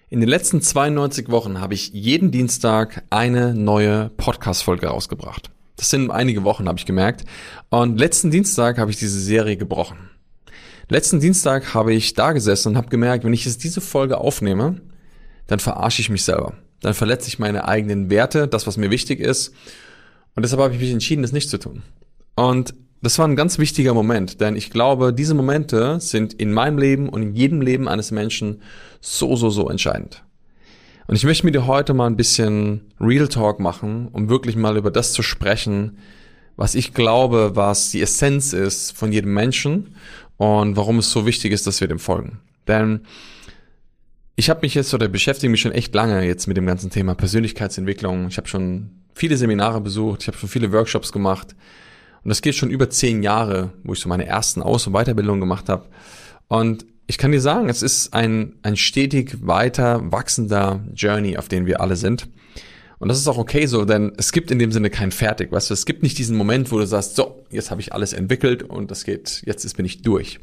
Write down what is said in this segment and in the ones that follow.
In den letzten 92 Wochen habe ich jeden Dienstag eine neue Podcast-Folge rausgebracht. Das sind einige Wochen, habe ich gemerkt. Und letzten Dienstag habe ich diese Serie gebrochen. Letzten Dienstag habe ich da gesessen und habe gemerkt, wenn ich jetzt diese Folge aufnehme, dann verarsche ich mich selber. Dann verletze ich meine eigenen Werte, das, was mir wichtig ist. Und deshalb habe ich mich entschieden, das nicht zu tun. Und das war ein ganz wichtiger Moment, denn ich glaube, diese Momente sind in meinem Leben und in jedem Leben eines Menschen so entscheidend. Und ich möchte mit dir heute mal ein bisschen Real Talk machen, um wirklich mal über das zu sprechen, was ich glaube, was die Essenz ist von jedem Menschen und warum es so wichtig ist, dass wir dem folgen. Denn ich habe mich jetzt oder beschäftige mich schon echt lange jetzt mit dem ganzen Thema Persönlichkeitsentwicklung. Ich habe schon viele Seminare besucht, ich habe schon viele Workshops gemacht. Und das geht schon über 10 Jahre, wo ich so meine ersten Aus- und Weiterbildungen gemacht habe. Und ich kann dir sagen, es ist ein stetig weiter wachsender Journey, auf den wir alle sind. Und das ist auch okay so, denn es gibt in dem Sinne kein Fertig. Weißt du, es gibt nicht diesen Moment, wo du sagst, so, jetzt habe ich alles entwickelt und das geht, bin ich durch.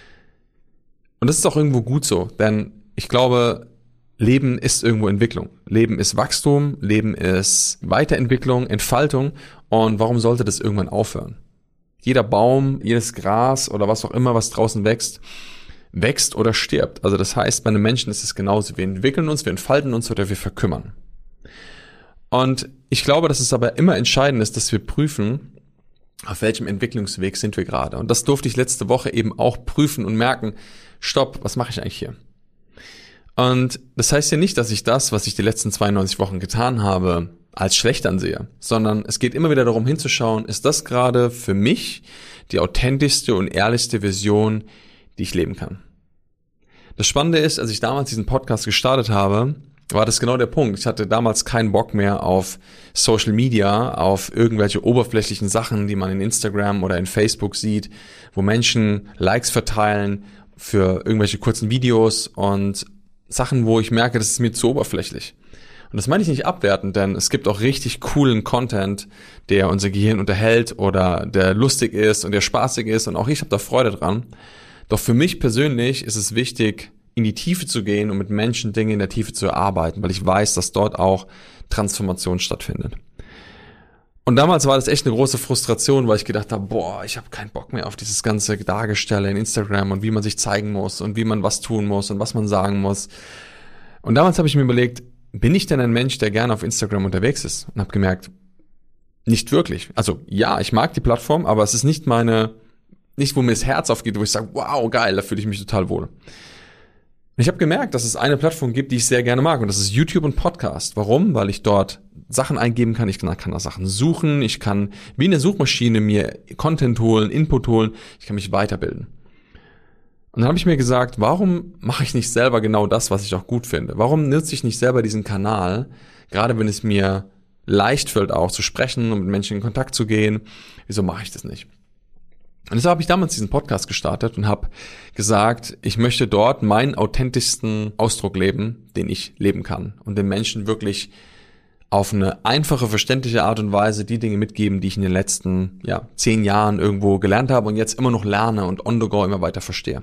Und das ist auch irgendwo gut so, denn ich glaube, Leben ist irgendwo Entwicklung. Leben ist Wachstum, Leben ist Weiterentwicklung, Entfaltung. Und warum sollte das irgendwann aufhören? Jeder Baum, jedes Gras oder was auch immer, was draußen wächst oder stirbt. Also das heißt, bei einem Menschen ist es genauso. Wir entwickeln uns, wir entfalten uns oder wir verkümmern. Und ich glaube, dass es aber immer entscheidend ist, dass wir prüfen, auf welchem Entwicklungsweg sind wir gerade. Und das durfte ich letzte Woche eben auch prüfen und merken, stopp, was mache ich eigentlich hier? Und das heißt ja nicht, dass ich das, was ich die letzten 92 Wochen getan habe, als schlecht ansehe, sondern es geht immer wieder darum hinzuschauen, ist das gerade für mich die authentischste und ehrlichste Version, die ich leben kann. Das Spannende ist, als ich damals diesen Podcast gestartet habe, war das genau der Punkt. Ich hatte damals keinen Bock mehr auf Social Media, auf irgendwelche oberflächlichen Sachen, die man in Instagram oder in Facebook sieht, wo Menschen Likes verteilen für irgendwelche kurzen Videos und Sachen, wo ich merke, das ist mir zu oberflächlich. Und das meine ich nicht abwertend, denn es gibt auch richtig coolen Content, der unser Gehirn unterhält oder der lustig ist und der spaßig ist und auch ich habe da Freude dran. Doch für mich persönlich ist es wichtig, in die Tiefe zu gehen und mit Menschen Dinge in der Tiefe zu erarbeiten, weil ich weiß, dass dort auch Transformation stattfindet. Und damals war das echt eine große Frustration, weil ich gedacht habe, ich habe keinen Bock mehr auf dieses ganze Dargestelle in Instagram und wie man sich zeigen muss und wie man was tun muss und was man sagen muss. Und damals habe ich mir überlegt, bin ich denn ein Mensch, der gerne auf Instagram unterwegs ist? Und habe gemerkt, nicht wirklich. Also ja, ich mag die Plattform, aber es ist nicht wo mir das Herz aufgeht, wo ich sage, wow, geil, da fühle ich mich total wohl. Und ich habe gemerkt, dass es eine Plattform gibt, die ich sehr gerne mag und das ist YouTube und Podcast. Warum? Weil ich dort Sachen eingeben kann, ich kann da Sachen suchen, ich kann wie eine Suchmaschine mir Content holen, Input holen, ich kann mich weiterbilden. Und dann habe ich mir gesagt, warum mache ich nicht selber genau das, was ich auch gut finde? Warum nutze ich nicht selber diesen Kanal, gerade wenn es mir leicht fällt auch zu sprechen und mit Menschen in Kontakt zu gehen? Wieso mache ich das nicht? Und deshalb habe ich damals diesen Podcast gestartet und habe gesagt, ich möchte dort meinen authentischsten Ausdruck leben, den ich leben kann und den Menschen wirklich auf eine einfache, verständliche Art und Weise die Dinge mitgeben, die ich in den letzten 10 Jahren irgendwo gelernt habe und jetzt immer noch lerne und on the go immer weiter verstehe.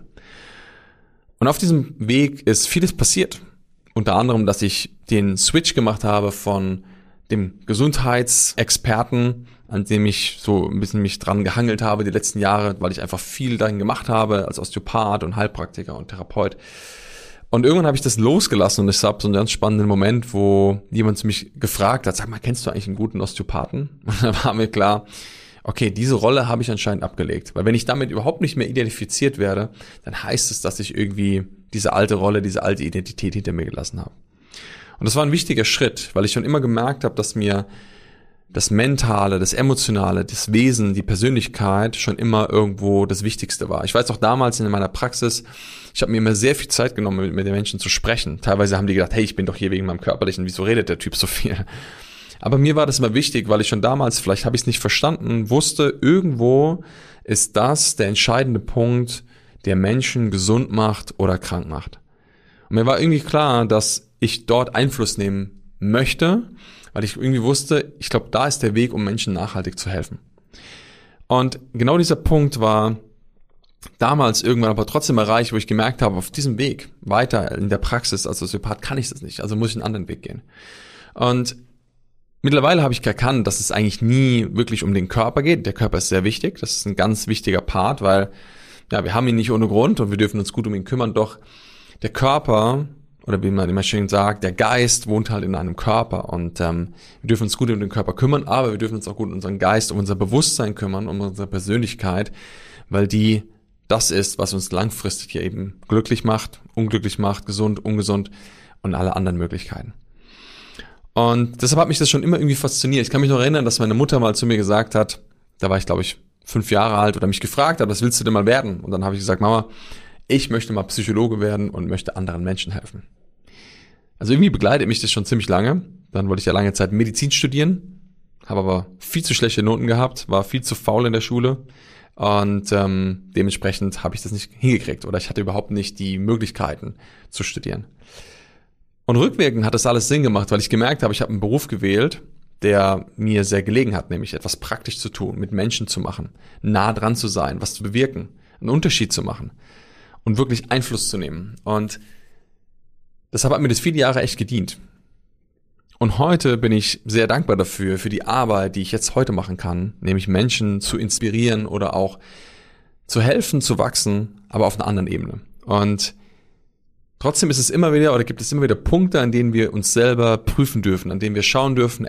Und auf diesem Weg ist vieles passiert. Unter anderem, dass ich den Switch gemacht habe von dem Gesundheitsexperten, an dem ich so ein bisschen mich dran gehangelt habe die letzten Jahre, weil ich einfach viel dahin gemacht habe als Osteopath und Heilpraktiker und Therapeut. Und irgendwann habe ich das losgelassen und es gab so einen ganz spannenden Moment, wo jemand mich gefragt hat, sag mal, kennst du eigentlich einen guten Osteopathen? Und dann war mir klar, okay, diese Rolle habe ich anscheinend abgelegt. Weil wenn ich damit überhaupt nicht mehr identifiziert werde, dann heißt es, dass ich irgendwie diese alte Rolle, diese alte Identität hinter mir gelassen habe. Und das war ein wichtiger Schritt, weil ich schon immer gemerkt habe, dass mir das Mentale, das Emotionale, das Wesen, die Persönlichkeit schon immer irgendwo das Wichtigste war. Ich weiß auch damals in meiner Praxis, ich habe mir immer sehr viel Zeit genommen, mit den Menschen zu sprechen. Teilweise haben die gedacht, hey, ich bin doch hier wegen meinem Körperlichen, wieso redet der Typ so viel? Aber mir war das immer wichtig, weil ich schon damals, vielleicht habe ich es nicht verstanden, wusste, irgendwo ist das der entscheidende Punkt, der Menschen gesund macht oder krank macht. Und mir war irgendwie klar, dass ich dort Einfluss nehmen möchte, weil ich irgendwie wusste, ich glaube, da ist der Weg, um Menschen nachhaltig zu helfen. Und genau dieser Punkt war damals irgendwann aber trotzdem erreicht, wo ich gemerkt habe, auf diesem Weg weiter in der Praxis als Osteopath kann ich das nicht, also muss ich einen anderen Weg gehen. Und mittlerweile habe ich erkannt, dass es eigentlich nie wirklich um den Körper geht. Der Körper ist sehr wichtig, das ist ein ganz wichtiger Part, weil ja, wir haben ihn nicht ohne Grund und wir dürfen uns gut um ihn kümmern, doch der Körper, oder wie man immer schön sagt, der Geist wohnt halt in einem Körper und wir dürfen uns gut um den Körper kümmern, aber wir dürfen uns auch gut um unseren Geist, um unser Bewusstsein kümmern, um unsere Persönlichkeit, weil die das ist, was uns langfristig hier eben glücklich macht, unglücklich macht, gesund, ungesund und alle anderen Möglichkeiten. Und deshalb hat mich das schon immer irgendwie fasziniert. Ich kann mich noch erinnern, dass meine Mutter mal zu mir gesagt hat, da war ich glaube ich 5 Jahre alt, oder mich gefragt hat, was willst du denn mal werden? Und dann habe ich gesagt, Mama, ich möchte mal Psychologe werden und möchte anderen Menschen helfen. Also irgendwie begleitet mich das schon ziemlich lange. Dann wollte ich ja lange Zeit Medizin studieren, habe aber viel zu schlechte Noten gehabt, war viel zu faul in der Schule und dementsprechend habe ich das nicht hingekriegt oder ich hatte überhaupt nicht die Möglichkeiten zu studieren. Und rückwirkend hat das alles Sinn gemacht, weil ich gemerkt habe, ich habe einen Beruf gewählt, der mir sehr gelegen hat, nämlich etwas praktisch zu tun, mit Menschen zu machen, nah dran zu sein, was zu bewirken, einen Unterschied zu machen und wirklich Einfluss zu nehmen. Und deshalb hat mir das viele Jahre echt gedient. Und heute bin ich sehr dankbar dafür, für die Arbeit, die ich jetzt heute machen kann, nämlich Menschen zu inspirieren oder auch zu helfen, zu wachsen, aber auf einer anderen Ebene. Und trotzdem ist es immer wieder, oder gibt es immer wieder Punkte, an denen wir uns selber prüfen dürfen, an denen wir schauen dürfen,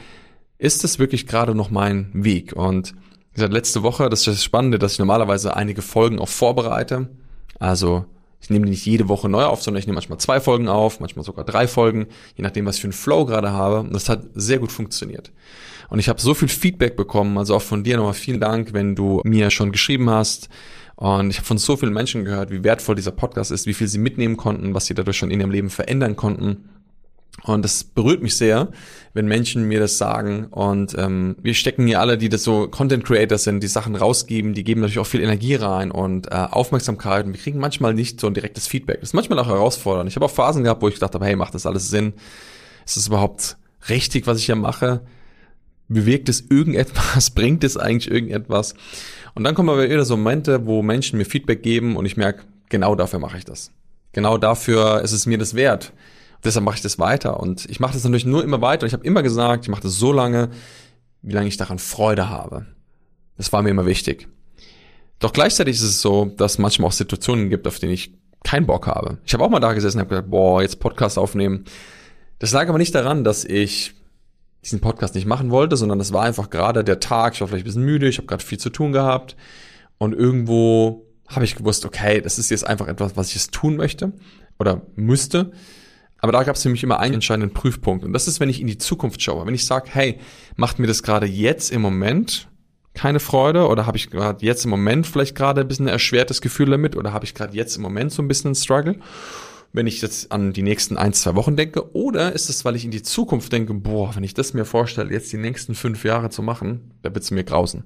ist das wirklich gerade noch mein Weg? Und wie gesagt, letzte Woche, das ist das Spannende, dass ich normalerweise einige Folgen auch vorbereite. Also ich nehme nicht jede Woche neu auf, sondern ich nehme manchmal 2 Folgen auf, manchmal sogar 3 Folgen, je nachdem, was ich für einen Flow gerade habe. Und das hat sehr gut funktioniert. Und ich habe so viel Feedback bekommen, also auch von dir nochmal vielen Dank, wenn du mir schon geschrieben hast. Und ich habe von so vielen Menschen gehört, wie wertvoll dieser Podcast ist, wie viel sie mitnehmen konnten, was sie dadurch schon in ihrem Leben verändern konnten. Und das berührt mich sehr, wenn Menschen mir das sagen. Und wir stecken hier alle, die das so Content Creators sind, die Sachen rausgeben, die geben natürlich auch viel Energie rein und Aufmerksamkeit. Und wir kriegen manchmal nicht so ein direktes Feedback. Das ist manchmal auch herausfordernd. Ich habe auch Phasen gehabt, wo ich gedacht habe, hey, macht das alles Sinn? Ist das überhaupt richtig, was ich hier mache? Bewirkt es irgendetwas? Bringt es eigentlich irgendetwas? Und dann kommen aber wieder so Momente, wo Menschen mir Feedback geben und ich merke, genau dafür mache ich das. Genau dafür ist es mir das wert. Deshalb mache ich das weiter. Und ich mache das natürlich nur immer weiter. Ich habe immer gesagt, ich mache das so lange, wie lange ich daran Freude habe. Das war mir immer wichtig. Doch gleichzeitig ist es so, dass es manchmal auch Situationen gibt, auf denen ich keinen Bock habe. Ich habe auch mal da gesessen und habe gedacht, jetzt Podcast aufnehmen. Das lag aber nicht daran, dass ich diesen Podcast nicht machen wollte, sondern das war einfach gerade der Tag, ich war vielleicht ein bisschen müde, ich habe gerade viel zu tun gehabt und irgendwo habe ich gewusst, okay, das ist jetzt einfach etwas, was ich jetzt tun möchte oder müsste, aber da gab es für mich immer einen entscheidenden Prüfpunkt und das ist, wenn ich in die Zukunft schaue, wenn ich sage, hey, macht mir das gerade jetzt im Moment keine Freude oder habe ich gerade jetzt im Moment vielleicht gerade ein bisschen ein erschwertes Gefühl damit oder habe ich gerade jetzt im Moment so ein bisschen einen Struggle, wenn ich jetzt an die nächsten 1-2 Wochen denke, oder ist es, weil ich in die Zukunft denke, wenn ich das mir vorstelle, jetzt die nächsten 5 Jahre zu machen, da wird's mir grausen.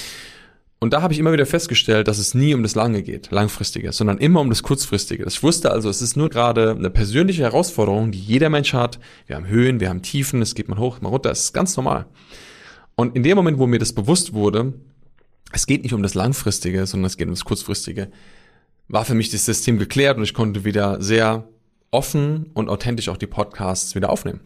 Und da habe ich immer wieder festgestellt, dass es nie um das Lange geht, Langfristige, sondern immer um das Kurzfristige. Ich wusste also, es ist nur gerade eine persönliche Herausforderung, die jeder Mensch hat. Wir haben Höhen, wir haben Tiefen, es geht mal hoch, mal runter, es ist ganz normal. Und in dem Moment, wo mir das bewusst wurde, es geht nicht um das Langfristige, sondern es geht um das Kurzfristige, war für mich das System geklärt und ich konnte wieder sehr offen und authentisch auch die Podcasts wieder aufnehmen.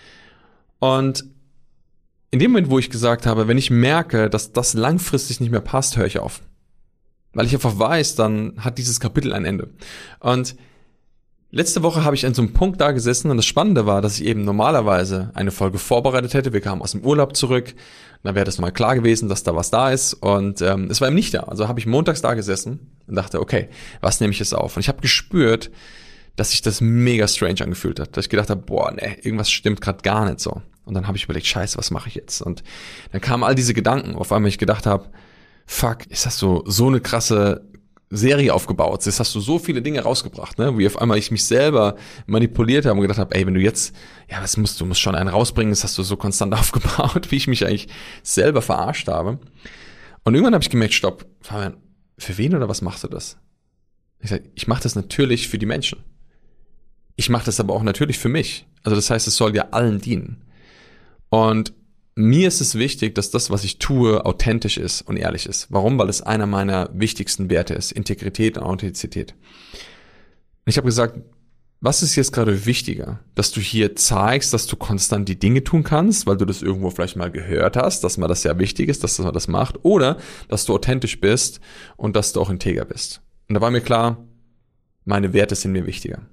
Und in dem Moment, wo ich gesagt habe, wenn ich merke, dass das langfristig nicht mehr passt, höre ich auf. Weil ich einfach weiß, dann hat dieses Kapitel ein Ende. Und letzte Woche habe ich an so einem Punkt da gesessen und das Spannende war, dass ich eben normalerweise eine Folge vorbereitet hätte. Wir kamen aus dem Urlaub zurück, dann wäre das mal klar gewesen, dass da was da ist und es war eben nicht da. Also habe ich montags da gesessen und dachte, okay, was nehme ich jetzt auf? Und ich habe gespürt, dass sich das mega strange angefühlt hat. Dass ich gedacht habe, irgendwas stimmt gerade gar nicht so. Und dann habe ich überlegt, scheiße, was mache ich jetzt? Und dann kamen all diese Gedanken, auf einmal ich gedacht habe, fuck, ist das so eine krasse Serie aufgebaut. Jetzt hast du so viele Dinge rausgebracht, ne? Wie auf einmal ich mich selber manipuliert habe und gedacht habe, wenn du jetzt, du musst schon einen rausbringen, das hast du so konstant aufgebaut, wie ich mich eigentlich selber verarscht habe. Und irgendwann habe ich gemerkt, stopp, Fabian, für wen oder was machst du das? Ich sage, ich mache das natürlich für die Menschen. Ich mache das aber auch natürlich für mich. Also das heißt, es soll ja allen dienen. Und mir ist es wichtig, dass das, was ich tue, authentisch ist und ehrlich ist. Warum? Weil es einer meiner wichtigsten Werte ist. Integrität und Authentizität. Ich habe gesagt, was ist jetzt gerade wichtiger? Dass du hier zeigst, dass du konstant die Dinge tun kannst, weil du das irgendwo vielleicht mal gehört hast, dass man das ja wichtig ist, dass man das macht, oder dass du authentisch bist und dass du auch integer bist. Und da war mir klar, meine Werte sind mir wichtiger.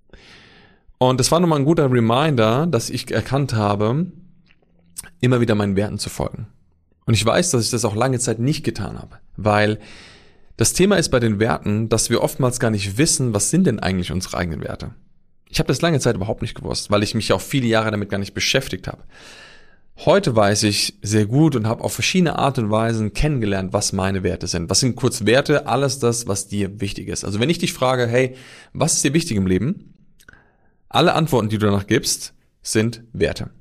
Und es war nochmal ein guter Reminder, dass ich erkannt habe, immer wieder meinen Werten zu folgen. Und ich weiß, dass ich das auch lange Zeit nicht getan habe, weil das Thema ist bei den Werten, dass wir oftmals gar nicht wissen, was sind denn eigentlich unsere eigenen Werte. Ich habe das lange Zeit überhaupt nicht gewusst, weil ich mich auch viele Jahre damit gar nicht beschäftigt habe. Heute weiß ich sehr gut und habe auf verschiedene Art und Weisen kennengelernt, was meine Werte sind. Was sind kurz Werte? Alles das, was dir wichtig ist. Also wenn ich dich frage, hey, was ist dir wichtig im Leben? Alle Antworten, die du danach gibst, sind Werte.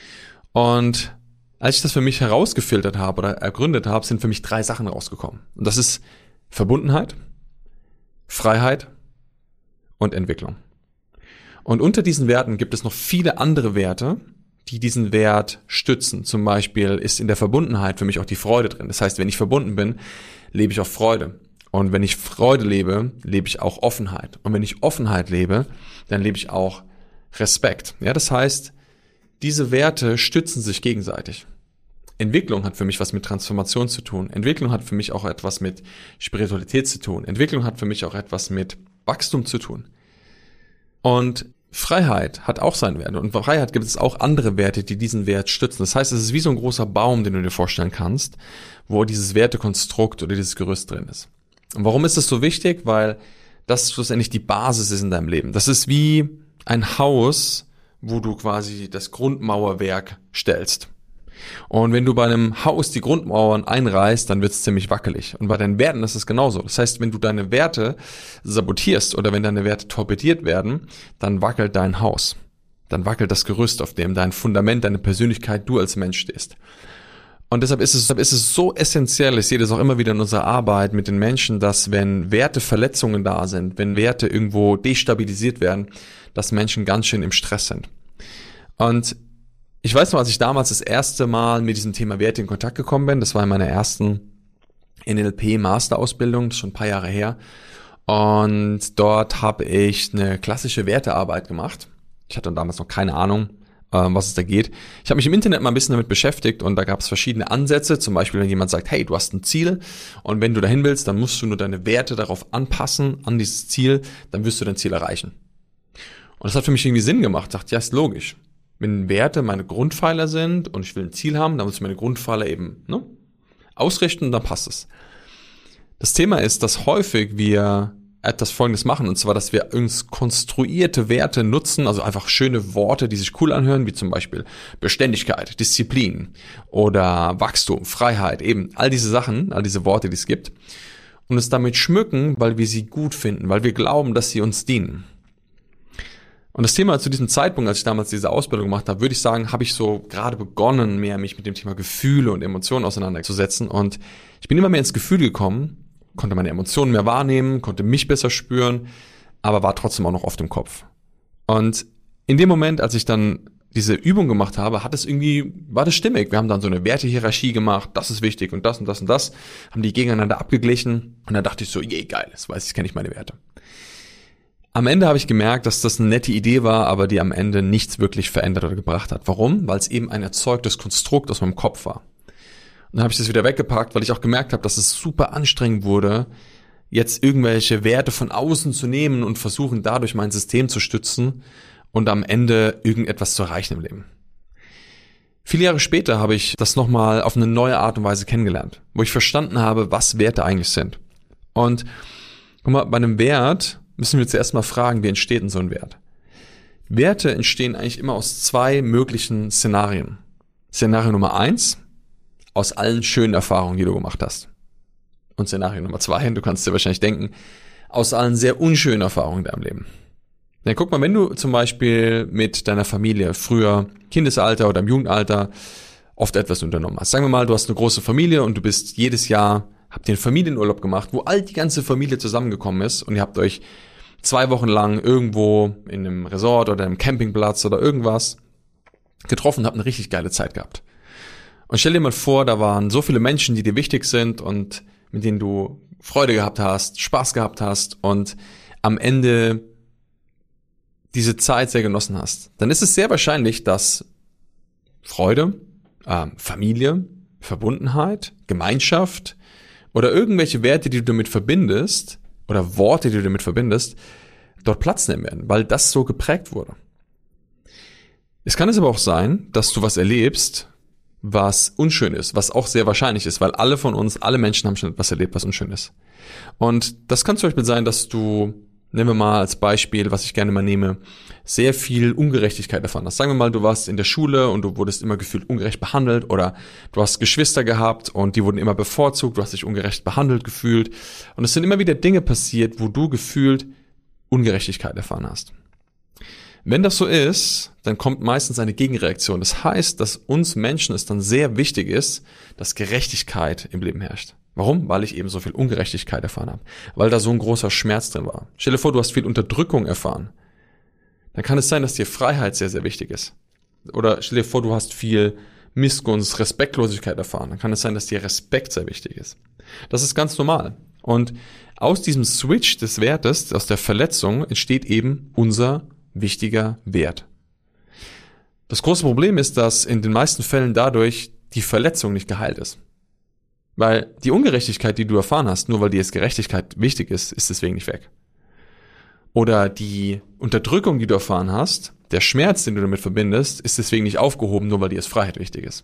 Und als ich das für mich herausgefiltert habe oder ergründet habe, sind für mich 3 Sachen rausgekommen. Und das ist Verbundenheit, Freiheit und Entwicklung. Und unter diesen Werten gibt es noch viele andere Werte, die diesen Wert stützen. Zum Beispiel ist in der Verbundenheit für mich auch die Freude drin. Das heißt, wenn ich verbunden bin, lebe ich auch Freude. Und wenn ich Freude lebe, lebe ich auch Offenheit. Und wenn ich Offenheit lebe, dann lebe ich auch Respekt. Ja, das heißt, diese Werte stützen sich gegenseitig. Entwicklung hat für mich was mit Transformation zu tun. Entwicklung hat für mich auch etwas mit Spiritualität zu tun. Entwicklung hat für mich auch etwas mit Wachstum zu tun. Und Freiheit hat auch seinen Wert. Und bei Freiheit gibt es auch andere Werte, die diesen Wert stützen. Das heißt, es ist wie so ein großer Baum, den du dir vorstellen kannst, wo dieses Wertekonstrukt oder dieses Gerüst drin ist. Und warum ist das so wichtig? Weil das schlussendlich die Basis ist in deinem Leben. Das ist wie ein Haus, wo du quasi das Grundmauerwerk stellst. Und wenn du bei einem Haus die Grundmauern einreißt, dann wird es ziemlich wackelig. Und bei deinen Werten ist es genauso. Das heißt, wenn du deine Werte sabotierst oder wenn deine Werte torpediert werden, dann wackelt dein Haus. Dann wackelt das Gerüst, auf dem dein Fundament, deine Persönlichkeit, du als Mensch stehst. Und deshalb ist es so essentiell, ich sehe das auch immer wieder in unserer Arbeit mit den Menschen, dass wenn Werteverletzungen da sind, wenn Werte irgendwo destabilisiert werden, dass Menschen ganz schön im Stress sind. Und ich weiß noch, als ich damals das erste Mal mit diesem Thema Werte in Kontakt gekommen bin, das war in meiner ersten NLP-Masterausbildung, das ist schon ein paar Jahre her. Und dort habe ich eine klassische Wertearbeit gemacht. Ich hatte damals noch keine Ahnung, was es da geht. Ich habe mich im Internet mal ein bisschen damit beschäftigt und da gab es verschiedene Ansätze. Zum Beispiel, wenn jemand sagt, hey, du hast ein Ziel und wenn du dahin willst, dann musst du nur deine Werte darauf anpassen, an dieses Ziel, dann wirst du dein Ziel erreichen. Und das hat für mich irgendwie Sinn gemacht. Ich dachte, ja, ist logisch. Wenn Werte meine Grundpfeiler sind und ich will ein Ziel haben, dann muss ich meine Grundpfeiler eben ausrichten und dann passt es. Das Thema ist, dass häufig wir etwas Folgendes machen, und zwar, dass wir uns konstruierte Werte nutzen, also einfach schöne Worte, die sich cool anhören, wie zum Beispiel Beständigkeit, Disziplin oder Wachstum, Freiheit, eben all diese Sachen, all diese Worte, die es gibt, und es damit schmücken, weil wir sie gut finden, weil wir glauben, dass sie uns dienen. Und das Thema zu diesem Zeitpunkt, als ich damals diese Ausbildung gemacht habe, würde ich sagen, habe ich so gerade begonnen, mich mit dem Thema Gefühle und Emotionen auseinanderzusetzen. Und ich bin immer mehr ins Gefühl gekommen, konnte meine Emotionen mehr wahrnehmen, konnte mich besser spüren, aber war trotzdem auch noch oft im Kopf. Und in dem Moment, als ich dann diese Übung gemacht habe, war das stimmig. Wir haben dann so eine Wertehierarchie gemacht, das ist wichtig und das und das und das, haben die gegeneinander abgeglichen und dann dachte ich so, geil, das weiß ich, kenne ich meine Werte. Am Ende habe ich gemerkt, dass das eine nette Idee war, aber die am Ende nichts wirklich verändert oder gebracht hat. Warum? Weil es eben ein erzeugtes Konstrukt aus meinem Kopf war. Und dann habe ich das wieder weggepackt, weil ich auch gemerkt habe, dass es super anstrengend wurde, jetzt irgendwelche Werte von außen zu nehmen und versuchen, dadurch mein System zu stützen und am Ende irgendetwas zu erreichen im Leben. Viele Jahre später habe ich das nochmal auf eine neue Art und Weise kennengelernt, wo ich verstanden habe, was Werte eigentlich sind. Und guck mal, bei einem Wert müssen wir zuerst mal fragen, wie entsteht denn so ein Wert? Werte entstehen eigentlich immer aus 2 möglichen Szenarien. Szenario Nummer 1, aus allen schönen Erfahrungen, die du gemacht hast. Und Szenario Nummer 2, du kannst dir wahrscheinlich denken, aus allen sehr unschönen Erfahrungen in deinem Leben. Dann guck mal, wenn du zum Beispiel mit deiner Familie früher, Kindesalter oder im Jugendalter, oft etwas unternommen hast. Sagen wir mal, du hast eine große Familie und du bist jedes Jahr, habt ihr einen Familienurlaub gemacht, wo die ganze Familie zusammengekommen ist und ihr habt euch 2 Wochen lang irgendwo in einem Resort oder einem Campingplatz oder irgendwas getroffen und habt eine richtig geile Zeit gehabt. Und stell dir mal vor, da waren so viele Menschen, die dir wichtig sind und mit denen du Freude gehabt hast, Spaß gehabt hast und am Ende diese Zeit sehr genossen hast. Dann ist es sehr wahrscheinlich, dass Freude, Familie, Verbundenheit, Gemeinschaft oder irgendwelche Werte, die du damit verbindest oder Worte, die du damit verbindest, dort Platz nehmen werden, weil das so geprägt wurde. Es kann es aber auch sein, dass du was erlebst, was unschön ist, was auch sehr wahrscheinlich ist, weil alle von uns, alle Menschen haben schon etwas erlebt, was unschön ist. Und das kann zum Beispiel sein, dass du, nehmen wir mal als Beispiel, was ich gerne mal nehme, sehr viel Ungerechtigkeit erfahren hast. Sagen wir mal, du warst in der Schule und du wurdest immer gefühlt ungerecht behandelt oder du hast Geschwister gehabt und die wurden immer bevorzugt, du hast dich ungerecht behandelt gefühlt und es sind immer wieder Dinge passiert, wo du gefühlt Ungerechtigkeit erfahren hast. Wenn das so ist, dann kommt meistens eine Gegenreaktion. Das heißt, dass uns Menschen es dann sehr wichtig ist, dass Gerechtigkeit im Leben herrscht. Warum? Weil ich eben so viel Ungerechtigkeit erfahren habe. Weil da so ein großer Schmerz drin war. Stell dir vor, du hast viel Unterdrückung erfahren. Dann kann es sein, dass dir Freiheit sehr, sehr wichtig ist. Oder stell dir vor, du hast viel Missgunst, Respektlosigkeit erfahren. Dann kann es sein, dass dir Respekt sehr wichtig ist. Das ist ganz normal. Und aus diesem Switch des Wertes, aus der Verletzung, entsteht eben unser wichtiger Wert. Das große Problem ist, dass in den meisten Fällen dadurch die Verletzung nicht geheilt ist. Weil die Ungerechtigkeit, die du erfahren hast, nur weil dir jetzt Gerechtigkeit wichtig ist, ist deswegen nicht weg. Oder die Unterdrückung, die du erfahren hast, der Schmerz, den du damit verbindest, ist deswegen nicht aufgehoben, nur weil dir jetzt Freiheit wichtig ist.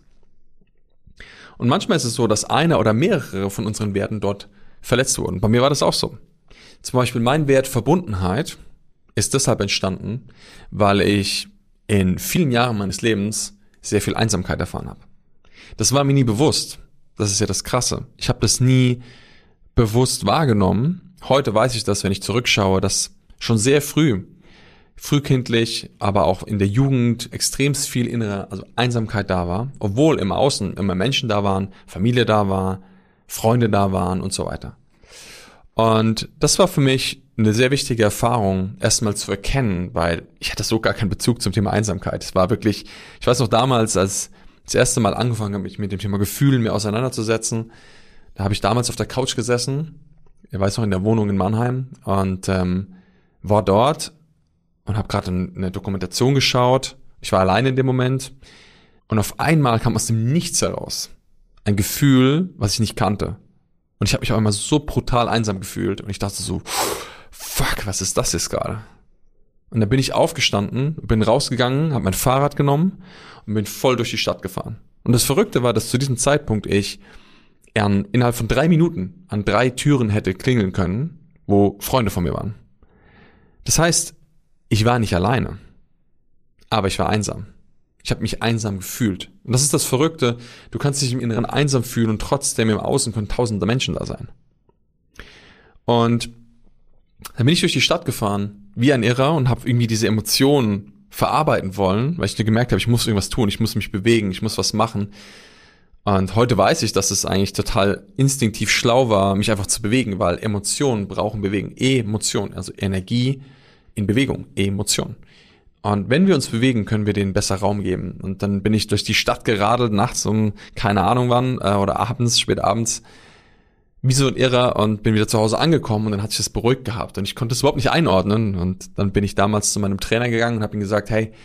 Und manchmal ist es so, dass einer oder mehrere von unseren Werten dort verletzt wurden. Bei mir war das auch so. Zum Beispiel mein Wert Verbundenheit ist deshalb entstanden, weil ich in vielen Jahren meines Lebens sehr viel Einsamkeit erfahren habe. Das war mir nie bewusst. Das ist ja das Krasse. Ich habe das nie bewusst wahrgenommen. Heute weiß ich das, wenn ich zurückschaue, dass schon sehr frühkindlich, aber auch in der Jugend extremst viel innere, also Einsamkeit da war, obwohl im Außen immer Menschen da waren, Familie da war, Freunde da waren und so weiter. Und das war für mich eine sehr wichtige Erfahrung, erstmal zu erkennen, weil ich hatte so gar keinen Bezug zum Thema Einsamkeit. Es war wirklich, ich weiß noch damals, als ich das erste Mal angefangen habe, mich mit dem Thema Gefühlen mir auseinanderzusetzen, da habe ich damals auf der Couch gesessen, ich weiß noch, in der Wohnung in Mannheim und war dort und habe gerade eine Dokumentation geschaut. Ich war alleine in dem Moment und auf einmal kam aus dem Nichts heraus ein Gefühl, was ich nicht kannte. Und ich habe mich auch immer so brutal einsam gefühlt und ich dachte so, fuck, was ist das jetzt gerade? Und dann bin ich aufgestanden, bin rausgegangen, habe mein Fahrrad genommen und bin voll durch die Stadt gefahren. Und das Verrückte war, dass zu diesem Zeitpunkt ich innerhalb von 3 Minuten an 3 Türen hätte klingeln können, wo Freunde von mir waren. Das heißt, ich war nicht alleine, aber ich war einsam. Ich habe mich einsam gefühlt. Und das ist das Verrückte, du kannst dich im Inneren einsam fühlen und trotzdem im Außen können tausende Menschen da sein. Und dann bin ich durch die Stadt gefahren, wie ein Irrer, und habe irgendwie diese Emotionen verarbeiten wollen, weil ich nur gemerkt habe, ich muss irgendwas tun, ich muss mich bewegen, ich muss was machen. Und heute weiß ich, dass es eigentlich total instinktiv schlau war, mich einfach zu bewegen, weil Emotionen brauchen Bewegung. Emotion, also Energie in Bewegung, Emotion. Und wenn wir uns bewegen, können wir denen besser Raum geben. Und dann bin ich durch die Stadt geradelt, nachts um keine Ahnung wann, oder abends, spät abends, wie so ein Irrer, und bin wieder zu Hause angekommen und dann hat sich das beruhigt gehabt. Und ich konnte es überhaupt nicht einordnen. Und dann bin ich damals zu meinem Trainer gegangen und habe ihm gesagt, hey,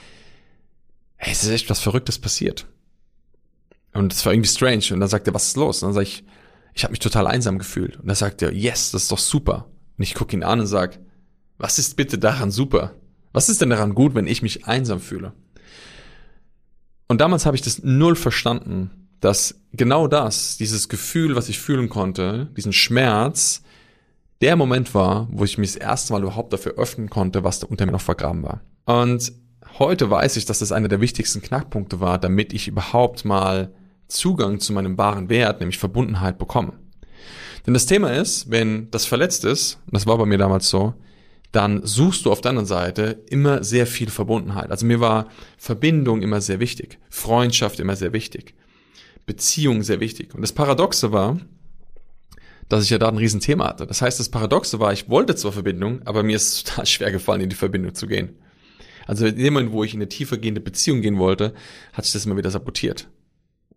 es ist echt was Verrücktes passiert. Und es war irgendwie strange. Und dann sagt er, was ist los? Und dann sage ich habe mich total einsam gefühlt. Und dann sagt er, yes, das ist doch super. Und ich gucke ihn an und sage, was ist bitte daran super? Was ist denn daran gut, wenn ich mich einsam fühle? Und damals habe ich das null verstanden, dass genau das, dieses Gefühl, was ich fühlen konnte, diesen Schmerz, der Moment war, wo ich mich das erste Mal überhaupt dafür öffnen konnte, was da unter mir noch vergraben war. Und heute weiß ich, dass das einer der wichtigsten Knackpunkte war, damit ich überhaupt mal Zugang zu meinem wahren Wert, nämlich Verbundenheit, bekomme. Denn das Thema ist, wenn das verletzt ist, und das war bei mir damals so, dann suchst du auf der anderen Seite immer sehr viel Verbundenheit. Also mir war Verbindung immer sehr wichtig, Freundschaft immer sehr wichtig, Beziehung sehr wichtig. Und das Paradoxe war, dass ich ja da ein Riesenthema hatte. Das heißt, das Paradoxe war, ich wollte zwar Verbindung, aber mir ist es total schwer gefallen, in die Verbindung zu gehen. Also in dem Moment, wo ich in eine tiefer gehende Beziehung gehen wollte, hat sich das immer wieder sabotiert.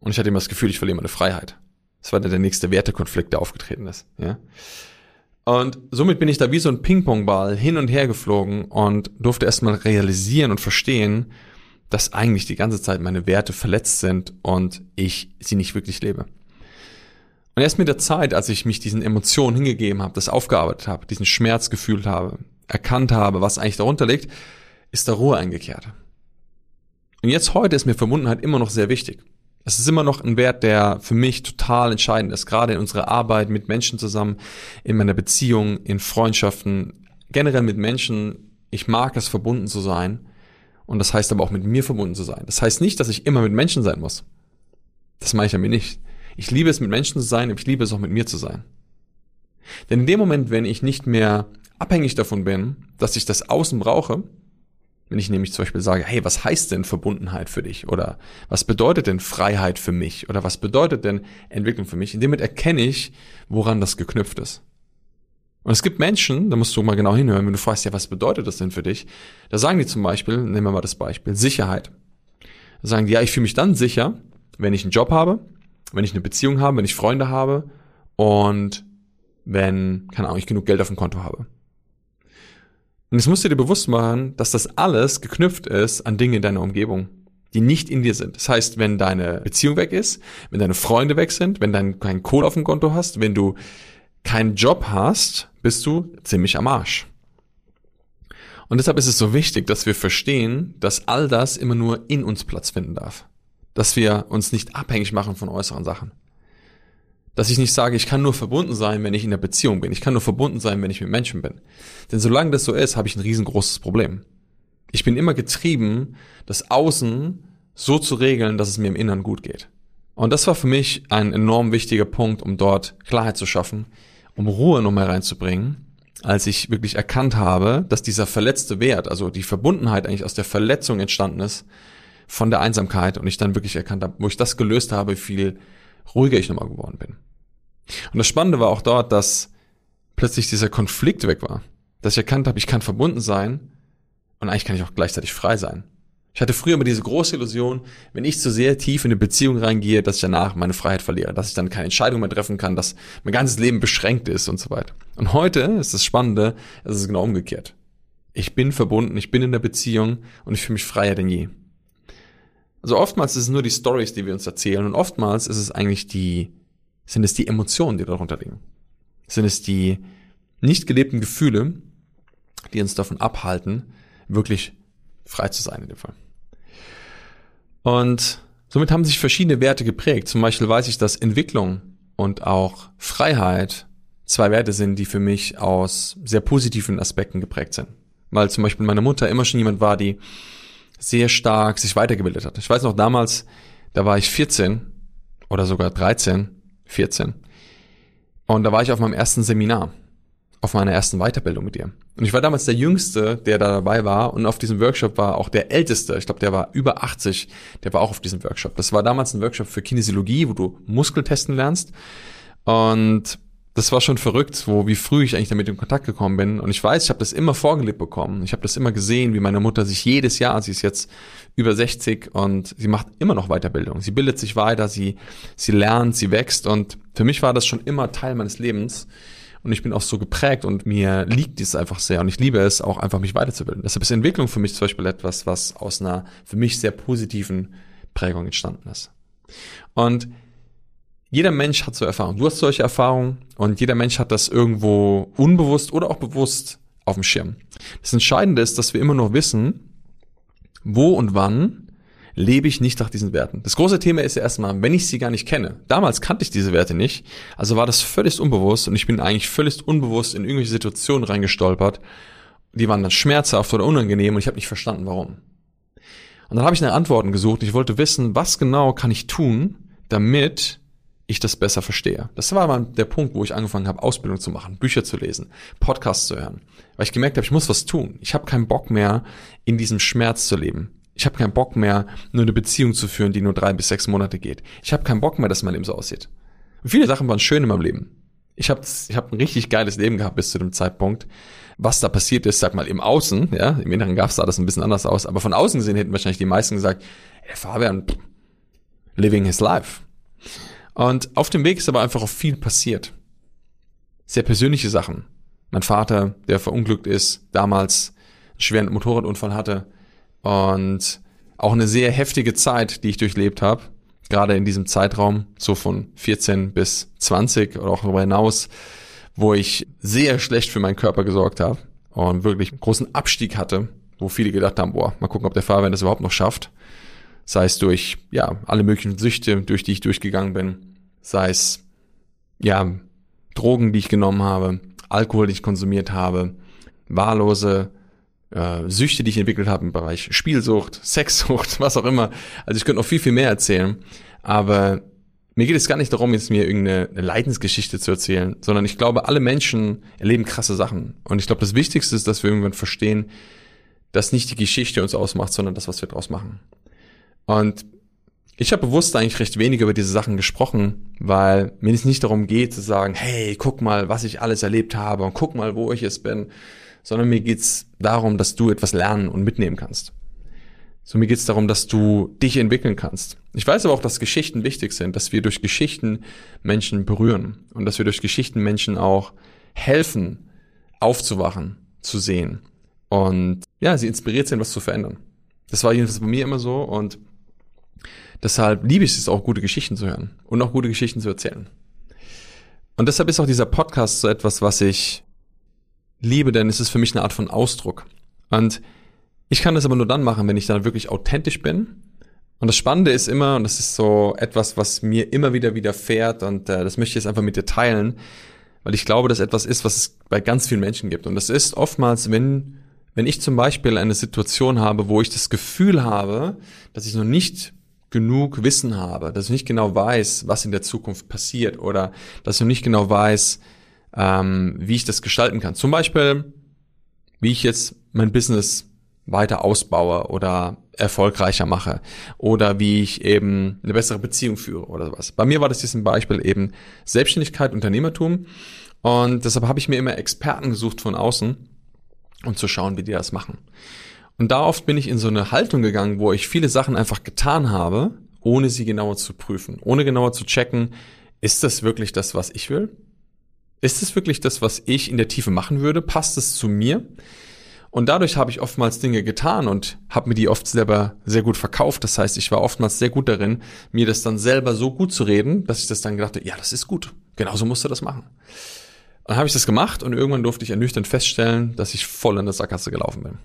Und ich hatte immer das Gefühl, ich verliere meine Freiheit. Das war dann der nächste Wertekonflikt, der aufgetreten ist. Ja? Und somit bin ich da wie so ein Ping-Pong-Ball hin und her geflogen und durfte erstmal realisieren und verstehen, dass eigentlich die ganze Zeit meine Werte verletzt sind und ich sie nicht wirklich lebe. Und erst mit der Zeit, als ich mich diesen Emotionen hingegeben habe, das aufgearbeitet habe, diesen Schmerz gefühlt habe, erkannt habe, was eigentlich darunter liegt, ist da Ruhe eingekehrt. Und jetzt heute ist mir Verbundenheit immer noch sehr wichtig. Es ist immer noch ein Wert, der für mich total entscheidend ist, gerade in unserer Arbeit mit Menschen zusammen, in meiner Beziehung, in Freundschaften, generell mit Menschen. Ich mag es, verbunden zu sein. Und das heißt aber auch, mit mir verbunden zu sein. Das heißt nicht, dass ich immer mit Menschen sein muss. Das meine ich ja mir nicht. Ich liebe es, mit Menschen zu sein, aber ich liebe es auch, mit mir zu sein. Denn in dem Moment, wenn ich nicht mehr abhängig davon bin, dass ich das Außen brauche, wenn ich nämlich zum Beispiel sage, hey, was heißt denn Verbundenheit für dich? Oder was bedeutet denn Freiheit für mich? Oder was bedeutet denn Entwicklung für mich? In dem Moment erkenne ich, woran das geknüpft ist. Und es gibt Menschen, da musst du mal genau hinhören, wenn du fragst, ja, was bedeutet das denn für dich? Da sagen die zum Beispiel, nehmen wir mal das Beispiel, Sicherheit. Da sagen die, ja, ich fühle mich dann sicher, wenn ich einen Job habe, wenn ich eine Beziehung habe, wenn ich Freunde habe und wenn, keine Ahnung, ich genug Geld auf dem Konto habe. Und jetzt musst du dir bewusst machen, dass das alles geknüpft ist an Dinge in deiner Umgebung, die nicht in dir sind. Das heißt, wenn deine Beziehung weg ist, wenn deine Freunde weg sind, wenn du keinen Kohle auf dem Konto hast, wenn du keinen Job hast, bist du ziemlich am Arsch. Und deshalb ist es so wichtig, dass wir verstehen, dass all das immer nur in uns Platz finden darf. Dass wir uns nicht abhängig machen von äußeren Sachen. Dass ich nicht sage, ich kann nur verbunden sein, wenn ich in der Beziehung bin. Ich kann nur verbunden sein, wenn ich mit Menschen bin. Denn solange das so ist, habe ich ein riesengroßes Problem. Ich bin immer getrieben, das Außen so zu regeln, dass es mir im Inneren gut geht. Und das war für mich ein enorm wichtiger Punkt, um dort Klarheit zu schaffen, um Ruhe noch mehr reinzubringen, als ich wirklich erkannt habe, dass dieser verletzte Wert, also die Verbundenheit eigentlich aus der Verletzung entstanden ist, von der Einsamkeit, und ich dann wirklich erkannt habe, wo ich das gelöst habe, wie viel ruhiger ich nochmal geworden bin. Und das Spannende war auch dort, dass plötzlich dieser Konflikt weg war. Dass ich erkannt habe, ich kann verbunden sein und eigentlich kann ich auch gleichzeitig frei sein. Ich hatte früher immer diese große Illusion, wenn ich zu sehr tief in eine Beziehung reingehe, dass ich danach meine Freiheit verliere, dass ich dann keine Entscheidung mehr treffen kann, dass mein ganzes Leben beschränkt ist und so weiter. Und heute ist das Spannende, es ist genau umgekehrt. Ich bin verbunden, ich bin in der Beziehung und ich fühle mich freier denn je. Also oftmals ist es nur die Storys, die wir uns erzählen, und oftmals ist es eigentlich sind es die Emotionen, die darunter liegen. Sind es die nicht gelebten Gefühle, die uns davon abhalten, wirklich frei zu sein in dem Fall. Und somit haben sich verschiedene Werte geprägt. Zum Beispiel weiß ich, dass Entwicklung und auch Freiheit 2 Werte sind, die für mich aus sehr positiven Aspekten geprägt sind. Weil zum Beispiel meine Mutter immer schon jemand war, die sehr stark sich weitergebildet hat. Ich weiß noch damals, da war ich 14 oder sogar 14. Und da war ich auf meinem ersten Seminar, auf meiner ersten Weiterbildung mit ihr. Und ich war damals der Jüngste, der da dabei war, und auf diesem Workshop war auch der Älteste, ich glaube, der war über 80, der war auch auf diesem Workshop. Das war damals ein Workshop für Kinesiologie, wo du Muskeln testen lernst. Und das war schon verrückt, wie früh ich eigentlich damit in Kontakt gekommen bin. Und ich weiß, ich habe das immer vorgelebt bekommen. Ich habe das immer gesehen, wie meine Mutter sich jedes Jahr, sie ist jetzt über 60 und sie macht immer noch Weiterbildung. Sie bildet sich weiter, sie lernt, sie wächst. Und für mich war das schon immer Teil meines Lebens. Und ich bin auch so geprägt und mir liegt dies einfach sehr. Und ich liebe es auch einfach, mich weiterzubilden. Deshalb ist Entwicklung für mich zum Beispiel etwas, was aus einer für mich sehr positiven Prägung entstanden ist. Und jeder Mensch hat so Erfahrungen. Du hast solche Erfahrungen und jeder Mensch hat das irgendwo unbewusst oder auch bewusst auf dem Schirm. Das Entscheidende ist, dass wir immer noch wissen, wo und wann lebe ich nicht nach diesen Werten. Das große Thema ist ja erstmal, wenn ich sie gar nicht kenne. Damals kannte ich diese Werte nicht, also war das völlig unbewusst und ich bin eigentlich völlig unbewusst in irgendwelche Situationen reingestolpert. Die waren dann schmerzhaft oder unangenehm und ich habe nicht verstanden, warum. Und dann habe ich nach Antworten gesucht und ich wollte wissen, was genau kann ich tun, damit ich das besser verstehe. Das war mal der Punkt, wo ich angefangen habe, Ausbildung zu machen, Bücher zu lesen, Podcasts zu hören. Weil ich gemerkt habe, ich muss was tun. Ich habe keinen Bock mehr, in diesem Schmerz zu leben. Ich habe keinen Bock mehr, nur eine Beziehung zu führen, die nur 3 bis 6 Monate geht. Ich habe keinen Bock mehr, dass mein Leben so aussieht. Und viele Sachen waren schön in meinem Leben. Ich hab ein richtig geiles Leben gehabt bis zu dem Zeitpunkt. Was da passiert ist, sag mal, im Außen, ja, im Inneren sah das ein bisschen anders aus, aber von außen gesehen hätten wahrscheinlich die meisten gesagt, Fabian, living his life. Und auf dem Weg ist aber einfach auch viel passiert. Sehr persönliche Sachen. Mein Vater, der verunglückt ist, damals einen schweren Motorradunfall hatte und auch eine sehr heftige Zeit, die ich durchlebt habe, gerade in diesem Zeitraum, so von 14 bis 20 oder auch darüber hinaus, wo ich sehr schlecht für meinen Körper gesorgt habe und wirklich einen großen Abstieg hatte, wo viele gedacht haben, boah, mal gucken, ob der Fabian das überhaupt noch schafft. Sei es durch, alle möglichen Süchte, durch die ich durchgegangen bin, sei es, Drogen, die ich genommen habe, Alkohol, den ich konsumiert habe, wahllose Süchte, die ich entwickelt habe im Bereich Spielsucht, Sexsucht, was auch immer. Also ich könnte noch viel, viel mehr erzählen, aber mir geht es gar nicht darum, jetzt mir irgendeine Leidensgeschichte zu erzählen, sondern ich glaube, alle Menschen erleben krasse Sachen. Und ich glaube, das Wichtigste ist, dass wir irgendwann verstehen, dass nicht die Geschichte uns ausmacht, sondern das, was wir draus machen. Und ich habe bewusst eigentlich recht wenig über diese Sachen gesprochen, weil mir es nicht darum geht zu sagen, hey, guck mal, was ich alles erlebt habe und guck mal, wo ich jetzt bin, sondern mir geht's darum, dass du etwas lernen und mitnehmen kannst. So, mir geht's darum, dass du dich entwickeln kannst. Ich weiß aber auch, dass Geschichten wichtig sind, dass wir durch Geschichten Menschen berühren und dass wir durch Geschichten Menschen auch helfen, aufzuwachen, zu sehen und sie inspiriert sind, was zu verändern. Das war jedenfalls bei mir immer so und deshalb liebe ich es auch, gute Geschichten zu hören und auch gute Geschichten zu erzählen. Und deshalb ist auch dieser Podcast so etwas, was ich liebe, denn es ist für mich eine Art von Ausdruck. Und ich kann das aber nur dann machen, wenn ich dann wirklich authentisch bin. Und das Spannende ist immer, und das ist so etwas, was mir immer wieder widerfährt, und das möchte ich jetzt einfach mit dir teilen, weil ich glaube, dass etwas ist, was es bei ganz vielen Menschen gibt. Und das ist oftmals, wenn ich zum Beispiel eine Situation habe, wo ich das Gefühl habe, dass ich noch nicht genug Wissen habe, dass ich nicht genau weiß, was in der Zukunft passiert oder dass ich noch nicht genau weiß, wie ich das gestalten kann. Zum Beispiel, wie ich jetzt mein Business weiter ausbaue oder erfolgreicher mache oder wie ich eben eine bessere Beziehung führe oder sowas. Bei mir war das diesem Beispiel eben Selbstständigkeit, Unternehmertum und deshalb habe ich mir immer Experten gesucht von außen, um zu schauen, wie die das machen. Und da oft bin ich in so eine Haltung gegangen, wo ich viele Sachen einfach getan habe, ohne sie genauer zu prüfen, ohne genauer zu checken, ist das wirklich das, was ich will? Ist es wirklich das, was ich in der Tiefe machen würde? Passt es zu mir? Und dadurch habe ich oftmals Dinge getan und habe mir die oft selber sehr gut verkauft. Das heißt, ich war oftmals sehr gut darin, mir das dann selber so gut zu reden, dass ich das dann gedacht habe, ja, das ist gut. Genauso musst du das machen. Und dann habe ich das gemacht und irgendwann durfte ich ernüchternd feststellen, dass ich voll in der Sackgasse gelaufen bin.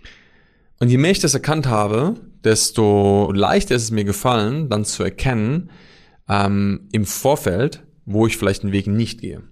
Und je mehr ich das erkannt habe, desto leichter ist es mir gefallen, dann zu erkennen, im Vorfeld, wo ich vielleicht einen Weg nicht gehe.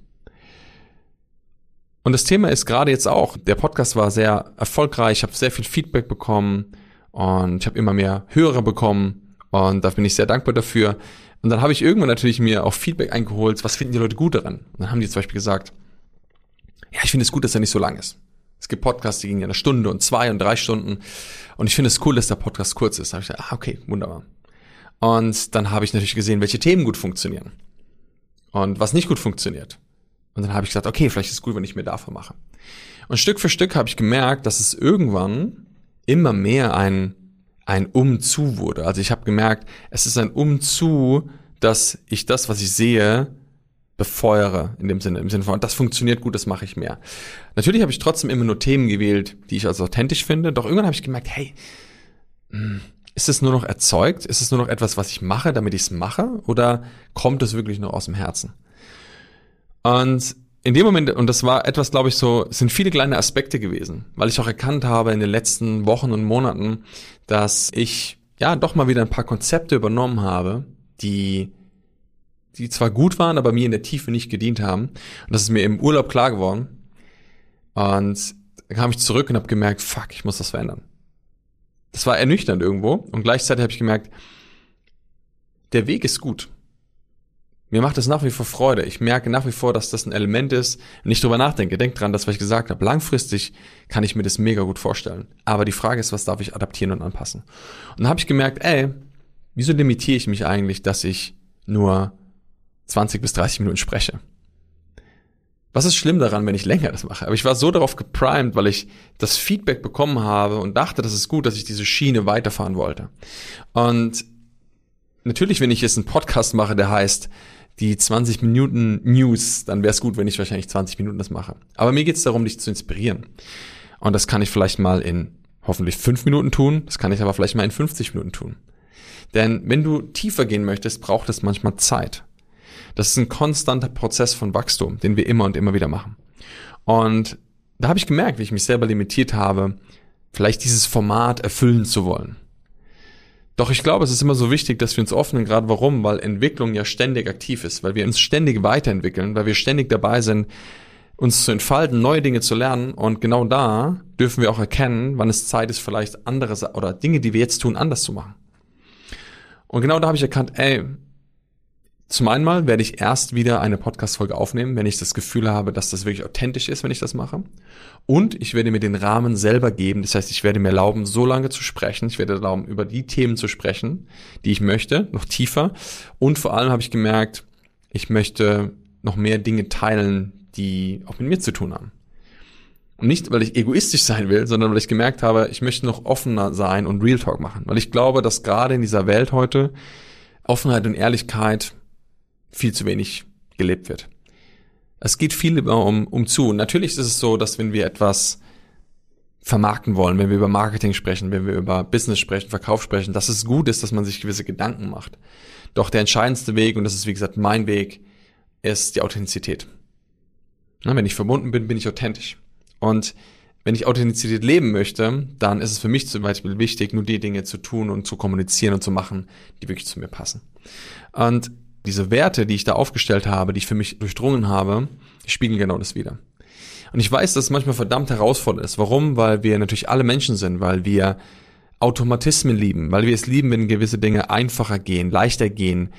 Und das Thema ist gerade jetzt auch, der Podcast war sehr erfolgreich, ich habe sehr viel Feedback bekommen und ich habe immer mehr Hörer bekommen und da bin ich sehr dankbar dafür. Und dann habe ich irgendwann natürlich mir auch Feedback eingeholt, was finden die Leute gut daran? Und dann haben die zum Beispiel gesagt, ja, ich finde es gut, dass er nicht so lang ist. Es gibt Podcasts, die gehen ja 1 Stunde und 2 und 3 Stunden und ich finde es cool, dass der Podcast kurz ist. Da habe ich gesagt, okay, wunderbar. Und dann habe ich natürlich gesehen, welche Themen gut funktionieren und was nicht gut funktioniert. Und dann habe ich gesagt, okay, vielleicht ist es gut, wenn ich mir davon mache. Und Stück für Stück habe ich gemerkt, dass es irgendwann immer mehr ein Umzu wurde. Also ich habe gemerkt, es ist ein Umzu, dass ich das, was ich sehe, befeuere im Sinne von, das funktioniert gut, das mache ich mehr. Natürlich habe ich trotzdem immer nur Themen gewählt, die ich als authentisch finde, doch irgendwann habe ich gemerkt, hey, ist es nur noch erzeugt? Ist es nur noch etwas, was ich mache, damit ich es mache? Oder kommt es wirklich noch aus dem Herzen? Und in dem Moment, und das war etwas, glaube ich, so, es sind viele kleine Aspekte gewesen, weil ich auch erkannt habe in den letzten Wochen und Monaten, dass ich doch mal wieder ein paar Konzepte übernommen habe, die zwar gut waren, aber mir in der Tiefe nicht gedient haben. Und das ist mir im Urlaub klar geworden. Und dann kam ich zurück und habe gemerkt, fuck, ich muss das verändern. Das war ernüchternd irgendwo. Und gleichzeitig habe ich gemerkt, der Weg ist gut. Mir macht das nach wie vor Freude. Ich merke nach wie vor, dass das ein Element ist, wenn ich drüber nachdenke. Denk dran, das, was ich gesagt habe. Langfristig kann ich mir das mega gut vorstellen. Aber die Frage ist, was darf ich adaptieren und anpassen? Und dann habe ich gemerkt, wieso limitiere ich mich eigentlich, dass ich nur 20 bis 30 Minuten spreche? Was ist schlimm daran, wenn ich länger das mache? Aber ich war so darauf geprimed, weil ich das Feedback bekommen habe und dachte, das ist gut, dass ich diese Schiene weiterfahren wollte. Und natürlich, wenn ich jetzt einen Podcast mache, der heißt die 20 Minuten News, dann wäre es gut, wenn ich wahrscheinlich 20 Minuten das mache. Aber mir geht es darum, dich zu inspirieren. Und das kann ich vielleicht mal in hoffentlich 5 Minuten tun, das kann ich aber vielleicht mal in 50 Minuten tun. Denn wenn du tiefer gehen möchtest, braucht es manchmal Zeit. Das ist ein konstanter Prozess von Wachstum, den wir immer und immer wieder machen. Und da habe ich gemerkt, wie ich mich selber limitiert habe, vielleicht dieses Format erfüllen zu wollen. Doch ich glaube, es ist immer so wichtig, dass wir uns öffnen, gerade warum? Weil Entwicklung ja ständig aktiv ist, weil wir uns ständig weiterentwickeln, weil wir ständig dabei sind, uns zu entfalten, neue Dinge zu lernen, und genau da dürfen wir auch erkennen, wann es Zeit ist, vielleicht andere oder Dinge, die wir jetzt tun, anders zu machen. Und genau da habe ich erkannt, zum einen mal werde ich erst wieder eine Podcast-Folge aufnehmen, wenn ich das Gefühl habe, dass das wirklich authentisch ist, wenn ich das mache. Und ich werde mir den Rahmen selber geben. Das heißt, ich werde mir erlauben, so lange zu sprechen. Ich werde erlauben, über die Themen zu sprechen, die ich möchte, noch tiefer. Und vor allem habe ich gemerkt, ich möchte noch mehr Dinge teilen, die auch mit mir zu tun haben. Und nicht, weil ich egoistisch sein will, sondern weil ich gemerkt habe, ich möchte noch offener sein und Real Talk machen. Weil ich glaube, dass gerade in dieser Welt heute Offenheit und Ehrlichkeit viel zu wenig gelebt wird. Es geht viel um zu. Natürlich ist es so, dass wenn wir etwas vermarkten wollen, wenn wir über Marketing sprechen, wenn wir über Business sprechen, Verkauf sprechen, dass es gut ist, dass man sich gewisse Gedanken macht. Doch der entscheidendste Weg, und das ist wie gesagt mein Weg, ist die Authentizität. Wenn ich verbunden bin, bin ich authentisch. Und wenn ich Authentizität leben möchte, dann ist es für mich zum Beispiel wichtig, nur die Dinge zu tun und zu kommunizieren und zu machen, die wirklich zu mir passen. Und diese Werte, die ich da aufgestellt habe, die ich für mich durchdrungen habe, die spiegeln genau das wider. Und ich weiß, dass es manchmal verdammt herausfordernd ist. Warum? Weil wir natürlich alle Menschen sind, weil wir Automatismen lieben, weil wir es lieben, wenn gewisse Dinge einfacher gehen, leichter gehen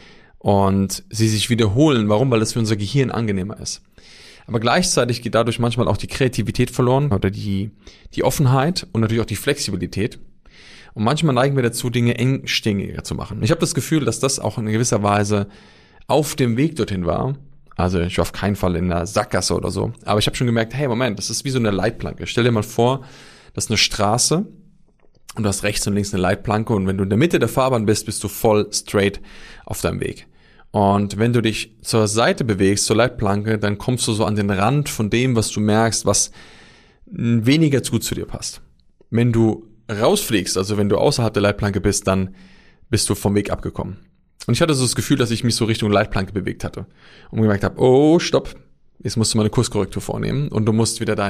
und sie sich wiederholen. Warum? Weil es für unser Gehirn angenehmer ist. Aber gleichzeitig geht dadurch manchmal auch die Kreativität verloren oder die Offenheit und natürlich auch die Flexibilität. Und manchmal neigen wir dazu, Dinge engstirniger zu machen. Ich habe das Gefühl, dass das auch in gewisser Weise auf dem Weg dorthin war. Also ich war auf keinen Fall in einer Sackgasse oder so. Aber ich habe schon gemerkt, hey, Moment, das ist wie so eine Leitplanke. Stell dir mal vor, das ist eine Straße und du hast rechts und links eine Leitplanke. Und wenn du in der Mitte der Fahrbahn bist, bist du voll straight auf deinem Weg. Und wenn du dich zur Seite bewegst, zur Leitplanke, dann kommst du so an den Rand von dem, was du merkst, was weniger gut zu dir passt. Wenn du rausfliegst, also wenn du außerhalb der Leitplanke bist, dann bist du vom Weg abgekommen. Und ich hatte so das Gefühl, dass ich mich so Richtung Leitplanke bewegt hatte und gemerkt habe, oh, stopp, jetzt musst du mal eine Kurskorrektur vornehmen und du musst wieder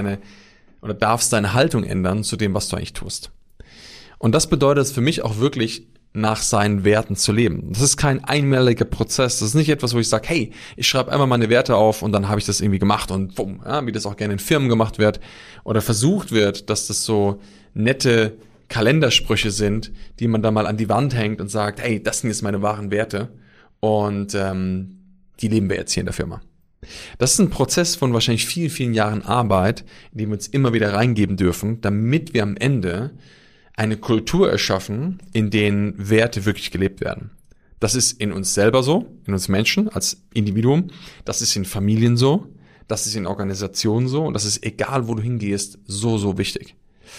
darfst deine Haltung ändern zu dem, was du eigentlich tust. Und das bedeutet für mich auch wirklich, nach seinen Werten zu leben. Das ist kein einmaliger Prozess. Das ist nicht etwas, wo ich sage, hey, ich schreibe einmal meine Werte auf und dann habe ich das irgendwie gemacht und bumm, ja, wie das auch gerne in Firmen gemacht wird oder versucht wird, dass das so nette Kalendersprüche sind, die man da mal an die Wand hängt und sagt, hey, das sind jetzt meine wahren Werte und die leben wir jetzt hier in der Firma. Das ist ein Prozess von wahrscheinlich vielen, vielen Jahren Arbeit, in den wir uns immer wieder reingeben dürfen, damit wir am Ende eine Kultur erschaffen, in denen Werte wirklich gelebt werden. Das ist in uns selber so, in uns Menschen als Individuum, das ist in Familien so, das ist in Organisationen so und das ist, egal wo du hingehst, so, so wichtig.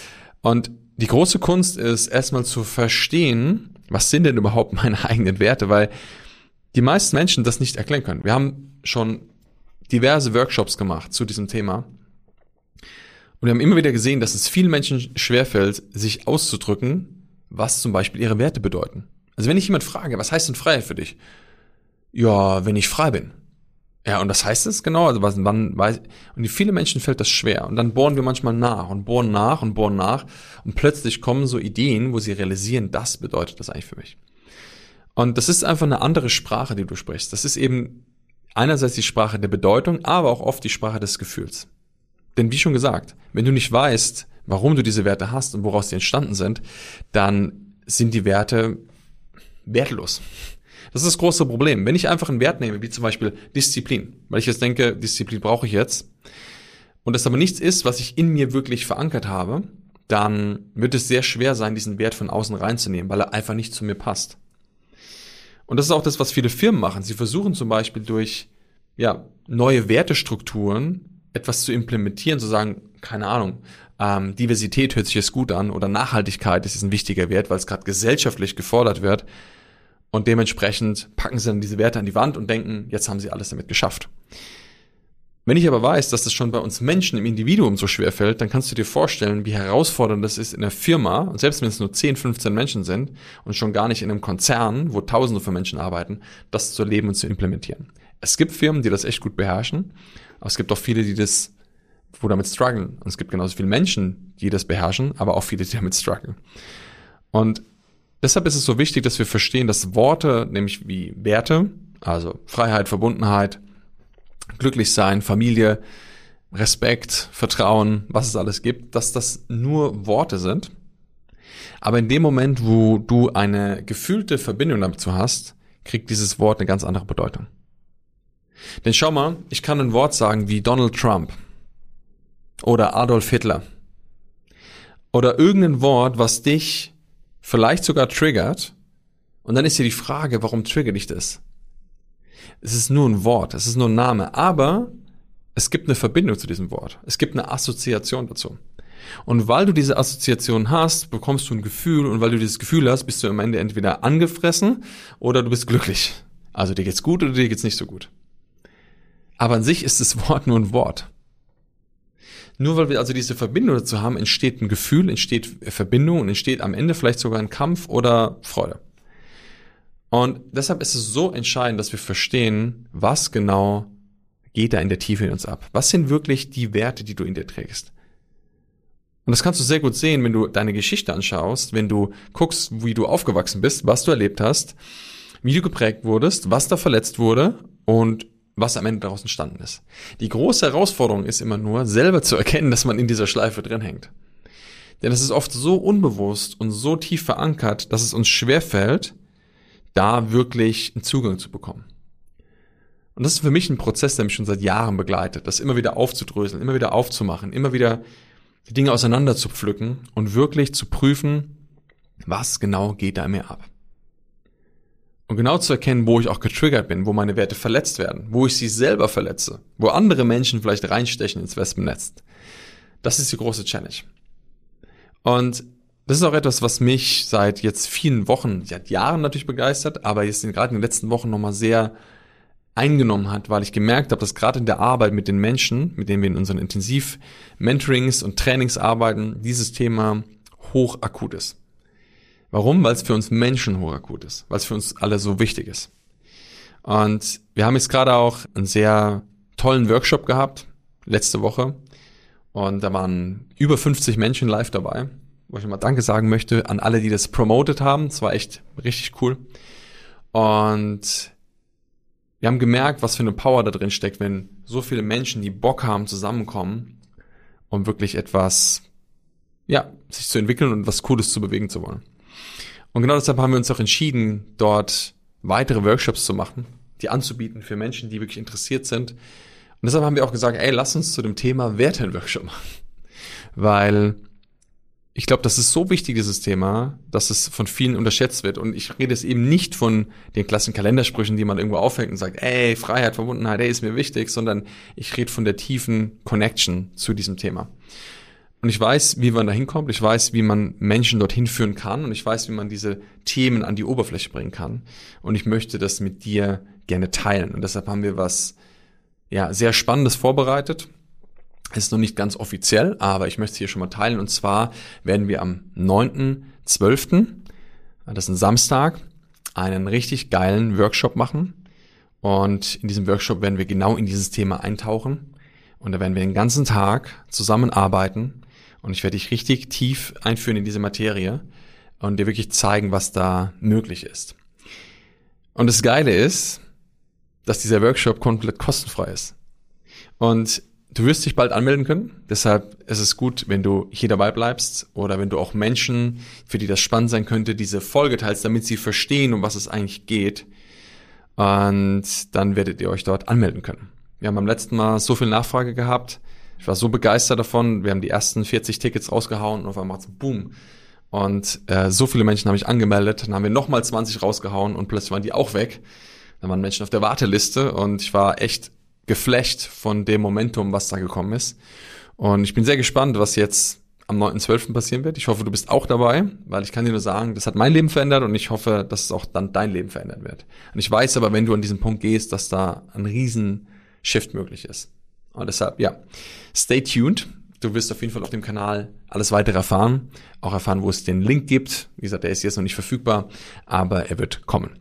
Und die große Kunst ist erstmal zu verstehen, was sind denn überhaupt meine eigenen Werte, weil die meisten Menschen das nicht erklären können. Wir haben schon diverse Workshops gemacht zu diesem Thema und wir haben immer wieder gesehen, dass es vielen Menschen schwerfällt, sich auszudrücken, was zum Beispiel ihre Werte bedeuten. Also wenn ich jemand frage, was heißt denn Freiheit für dich? Ja, wenn ich frei bin. Ja, und das heißt es genau, also wann weiß, und viele Menschen fällt das schwer und dann bohren wir manchmal nach und bohren nach und plötzlich kommen so Ideen, wo sie realisieren, das bedeutet das eigentlich für mich. Und das ist einfach eine andere Sprache, die du sprichst. Das ist eben einerseits die Sprache der Bedeutung, aber auch oft die Sprache des Gefühls. Denn wie schon gesagt, wenn du nicht weißt, warum du diese Werte hast und woraus die entstanden sind, dann sind die Werte wertlos. Das ist das große Problem. Wenn ich einfach einen Wert nehme, wie zum Beispiel Disziplin, weil ich jetzt denke, Disziplin brauche ich jetzt, und das aber nichts ist, was ich in mir wirklich verankert habe, dann wird es sehr schwer sein, diesen Wert von außen reinzunehmen, weil er einfach nicht zu mir passt. Und das ist auch das, was viele Firmen machen. Sie versuchen zum Beispiel durch neue Wertestrukturen etwas zu implementieren, zu sagen, keine Ahnung, Diversität hört sich jetzt gut an oder Nachhaltigkeit ist ein wichtiger Wert, weil es gerade gesellschaftlich gefordert wird. Und dementsprechend packen sie dann diese Werte an die Wand und denken, jetzt haben sie alles damit geschafft. Wenn ich aber weiß, dass das schon bei uns Menschen im Individuum so schwer fällt, dann kannst du dir vorstellen, wie herausfordernd das ist in einer Firma, und selbst wenn es nur 10, 15 Menschen sind und schon gar nicht in einem Konzern, wo Tausende von Menschen arbeiten, das zu erleben und zu implementieren. Es gibt Firmen, die das echt gut beherrschen, aber es gibt auch viele, wo damit strugglen. Und es gibt genauso viele Menschen, die das beherrschen, aber auch viele, die damit strugglen. Und deshalb ist es so wichtig, dass wir verstehen, dass Worte, nämlich wie Werte, also Freiheit, Verbundenheit, glücklich sein, Familie, Respekt, Vertrauen, was es alles gibt, dass das nur Worte sind. Aber in dem Moment, wo du eine gefühlte Verbindung dazu hast, kriegt dieses Wort eine ganz andere Bedeutung. Denn schau mal, ich kann ein Wort sagen wie Donald Trump oder Adolf Hitler oder irgendein Wort, was dich vielleicht sogar triggert, und dann ist hier die Frage, warum triggert dich das? Es ist nur ein Wort, es ist nur ein Name, aber es gibt eine Verbindung zu diesem Wort. Es gibt eine Assoziation dazu. Und weil du diese Assoziation hast, bekommst du ein Gefühl, und weil du dieses Gefühl hast, bist du am Ende entweder angefressen oder du bist glücklich. Also dir geht's gut oder dir geht's nicht so gut. Aber an sich ist das Wort nur ein Wort. Nur weil wir also diese Verbindung dazu haben, entsteht ein Gefühl, entsteht Verbindung und entsteht am Ende vielleicht sogar ein Kampf oder Freude. Und deshalb ist es so entscheidend, dass wir verstehen, was genau geht da in der Tiefe in uns ab. Was sind wirklich die Werte, die du in dir trägst? Und das kannst du sehr gut sehen, wenn du deine Geschichte anschaust, wenn du guckst, wie du aufgewachsen bist, was du erlebt hast, wie du geprägt wurdest, was da verletzt wurde und was am Ende daraus entstanden ist. Die große Herausforderung ist immer nur, selber zu erkennen, dass man in dieser Schleife drin hängt. Denn es ist oft so unbewusst und so tief verankert, dass es uns schwerfällt, da wirklich einen Zugang zu bekommen. Und das ist für mich ein Prozess, der mich schon seit Jahren begleitet, das immer wieder aufzudröseln, immer wieder aufzumachen, immer wieder die Dinge auseinander zu pflücken und wirklich zu prüfen, was genau geht da in mir ab. Und genau zu erkennen, wo ich auch getriggert bin, wo meine Werte verletzt werden, wo ich sie selber verletze, wo andere Menschen vielleicht reinstechen ins Wespennest. Das ist die große Challenge. Und das ist auch etwas, was mich seit jetzt vielen Wochen, seit Jahren natürlich begeistert, aber jetzt gerade in den letzten Wochen nochmal sehr eingenommen hat, weil ich gemerkt habe, dass gerade in der Arbeit mit den Menschen, mit denen wir in unseren Intensiv-Mentorings und Trainings arbeiten, dieses Thema hochakut ist. Warum? Weil es für uns Menschen hochakut ist, weil es für uns alle so wichtig ist. Und wir haben jetzt gerade auch einen sehr tollen Workshop gehabt, letzte Woche, und da waren über 50 Menschen live dabei, wo ich mal Danke sagen möchte an alle, die das promotet haben. Es war echt richtig cool. Und wir haben gemerkt, was für eine Power da drin steckt, wenn so viele Menschen, die Bock haben, zusammenkommen, um wirklich etwas, sich zu entwickeln und was Cooles zu bewegen zu wollen. Und genau deshalb haben wir uns auch entschieden, dort weitere Workshops zu machen, die anzubieten für Menschen, die wirklich interessiert sind. Und deshalb haben wir auch gesagt, lass uns zu dem Thema Werte einen Workshop machen. Weil ich glaube, das ist so wichtig, dieses Thema, dass es von vielen unterschätzt wird. Und ich rede jetzt eben nicht von den klassischen Kalendersprüchen, die man irgendwo aufhängt und sagt, Freiheit, Verbundenheit, ist mir wichtig, sondern ich rede von der tiefen Connection zu diesem Thema. Und ich weiß, wie man da hinkommt, ich weiß, wie man Menschen dorthin führen kann und ich weiß, wie man diese Themen an die Oberfläche bringen kann. Und ich möchte das mit dir gerne teilen. Und deshalb haben wir was sehr Spannendes vorbereitet. Es ist noch nicht ganz offiziell, aber ich möchte es hier schon mal teilen. Und zwar werden wir am 9.12., das ist ein Samstag, einen richtig geilen Workshop machen. Und in diesem Workshop werden wir genau in dieses Thema eintauchen. Und da werden wir den ganzen Tag zusammenarbeiten. Und ich werde dich richtig tief einführen in diese Materie und dir wirklich zeigen, was da möglich ist. Und das Geile ist, dass dieser Workshop komplett kostenfrei ist. Und du wirst dich bald anmelden können. Deshalb ist es gut, wenn du hier dabei bleibst oder wenn du auch Menschen, für die das spannend sein könnte, diese Folge teilst, damit sie verstehen, um was es eigentlich geht. Und dann werdet ihr euch dort anmelden können. Wir haben beim letzten Mal so viel Nachfrage gehabt. Ich war so begeistert davon. Wir haben die ersten 40 Tickets rausgehauen und auf einmal so boom. Und so viele Menschen haben sich angemeldet. Dann haben wir nochmal 20 rausgehauen und plötzlich waren die auch weg. Dann waren Menschen auf der Warteliste und ich war echt geflasht von dem Momentum, was da gekommen ist. Und ich bin sehr gespannt, was jetzt am 9.12. passieren wird. Ich hoffe, du bist auch dabei, weil ich kann dir nur sagen, das hat mein Leben verändert und ich hoffe, dass es auch dann dein Leben verändern wird. Und ich weiß aber, wenn du an diesen Punkt gehst, dass da ein riesen Shift möglich ist. Und deshalb, ja, stay tuned. Du wirst auf jeden Fall auf dem Kanal alles weitere erfahren. Auch erfahren, wo es den Link gibt. Wie gesagt, der ist jetzt noch nicht verfügbar, aber er wird kommen.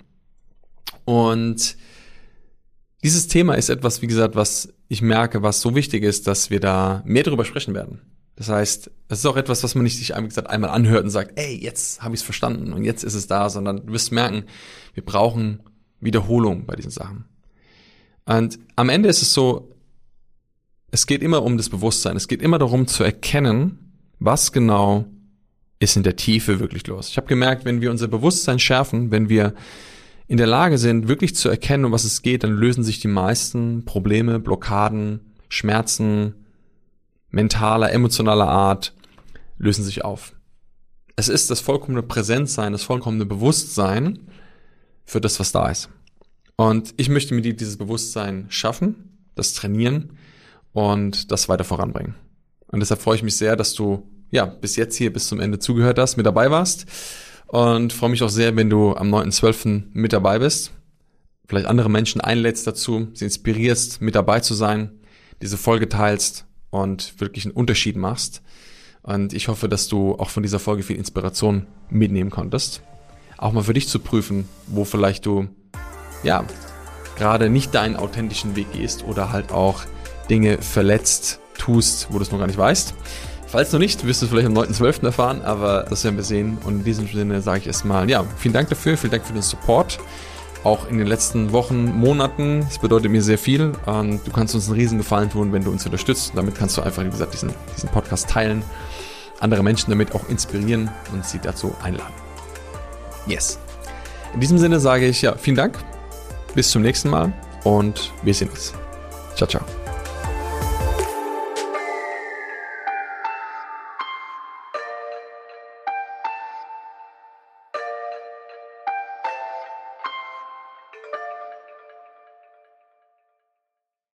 Und dieses Thema ist etwas, wie gesagt, was ich merke, was so wichtig ist, dass wir da mehr darüber sprechen werden. Das heißt, es ist auch etwas, was man nicht sich, wie gesagt, einmal anhört und sagt, ey, jetzt habe ich es verstanden und jetzt ist es da, sondern du wirst merken, wir brauchen Wiederholung bei diesen Sachen. Und am Ende ist es so, es geht immer um das Bewusstsein. Es geht immer darum zu erkennen, was genau ist in der Tiefe wirklich los. Ich habe gemerkt, wenn wir unser Bewusstsein schärfen, wenn wir in der Lage sind, wirklich zu erkennen, um was es geht, dann lösen sich die meisten Probleme, Blockaden, Schmerzen, mentaler, emotionaler Art, lösen sich auf. Es ist das vollkommene Präsentsein, das vollkommene Bewusstsein für das, was da ist. Und ich möchte mir dieses Bewusstsein schaffen, das trainieren und das weiter voranbringen. Und deshalb freue ich mich sehr, dass du bis jetzt hier bis zum Ende zugehört hast, mit dabei warst. Und freue mich auch sehr, wenn du am 9.12. mit dabei bist. Vielleicht andere Menschen einlädst dazu, sie inspirierst, mit dabei zu sein, diese Folge teilst und wirklich einen Unterschied machst. Und ich hoffe, dass du auch von dieser Folge viel Inspiration mitnehmen konntest. Auch mal für dich zu prüfen, wo vielleicht du gerade nicht deinen authentischen Weg gehst oder halt auch Dinge verletzt tust, wo du es noch gar nicht weißt. Falls noch nicht, wirst du es vielleicht am 9.12. erfahren, aber das werden wir sehen. Und in diesem Sinne sage ich erstmal, vielen Dank dafür, vielen Dank für den Support. Auch in den letzten Wochen, Monaten. Es bedeutet mir sehr viel. Und du kannst uns einen riesen Gefallen tun, wenn du uns unterstützt. Damit kannst du einfach, wie gesagt, diesen Podcast teilen, andere Menschen damit auch inspirieren und sie dazu einladen. Yes. In diesem Sinne sage ich, vielen Dank. Bis zum nächsten Mal und wir sehen uns.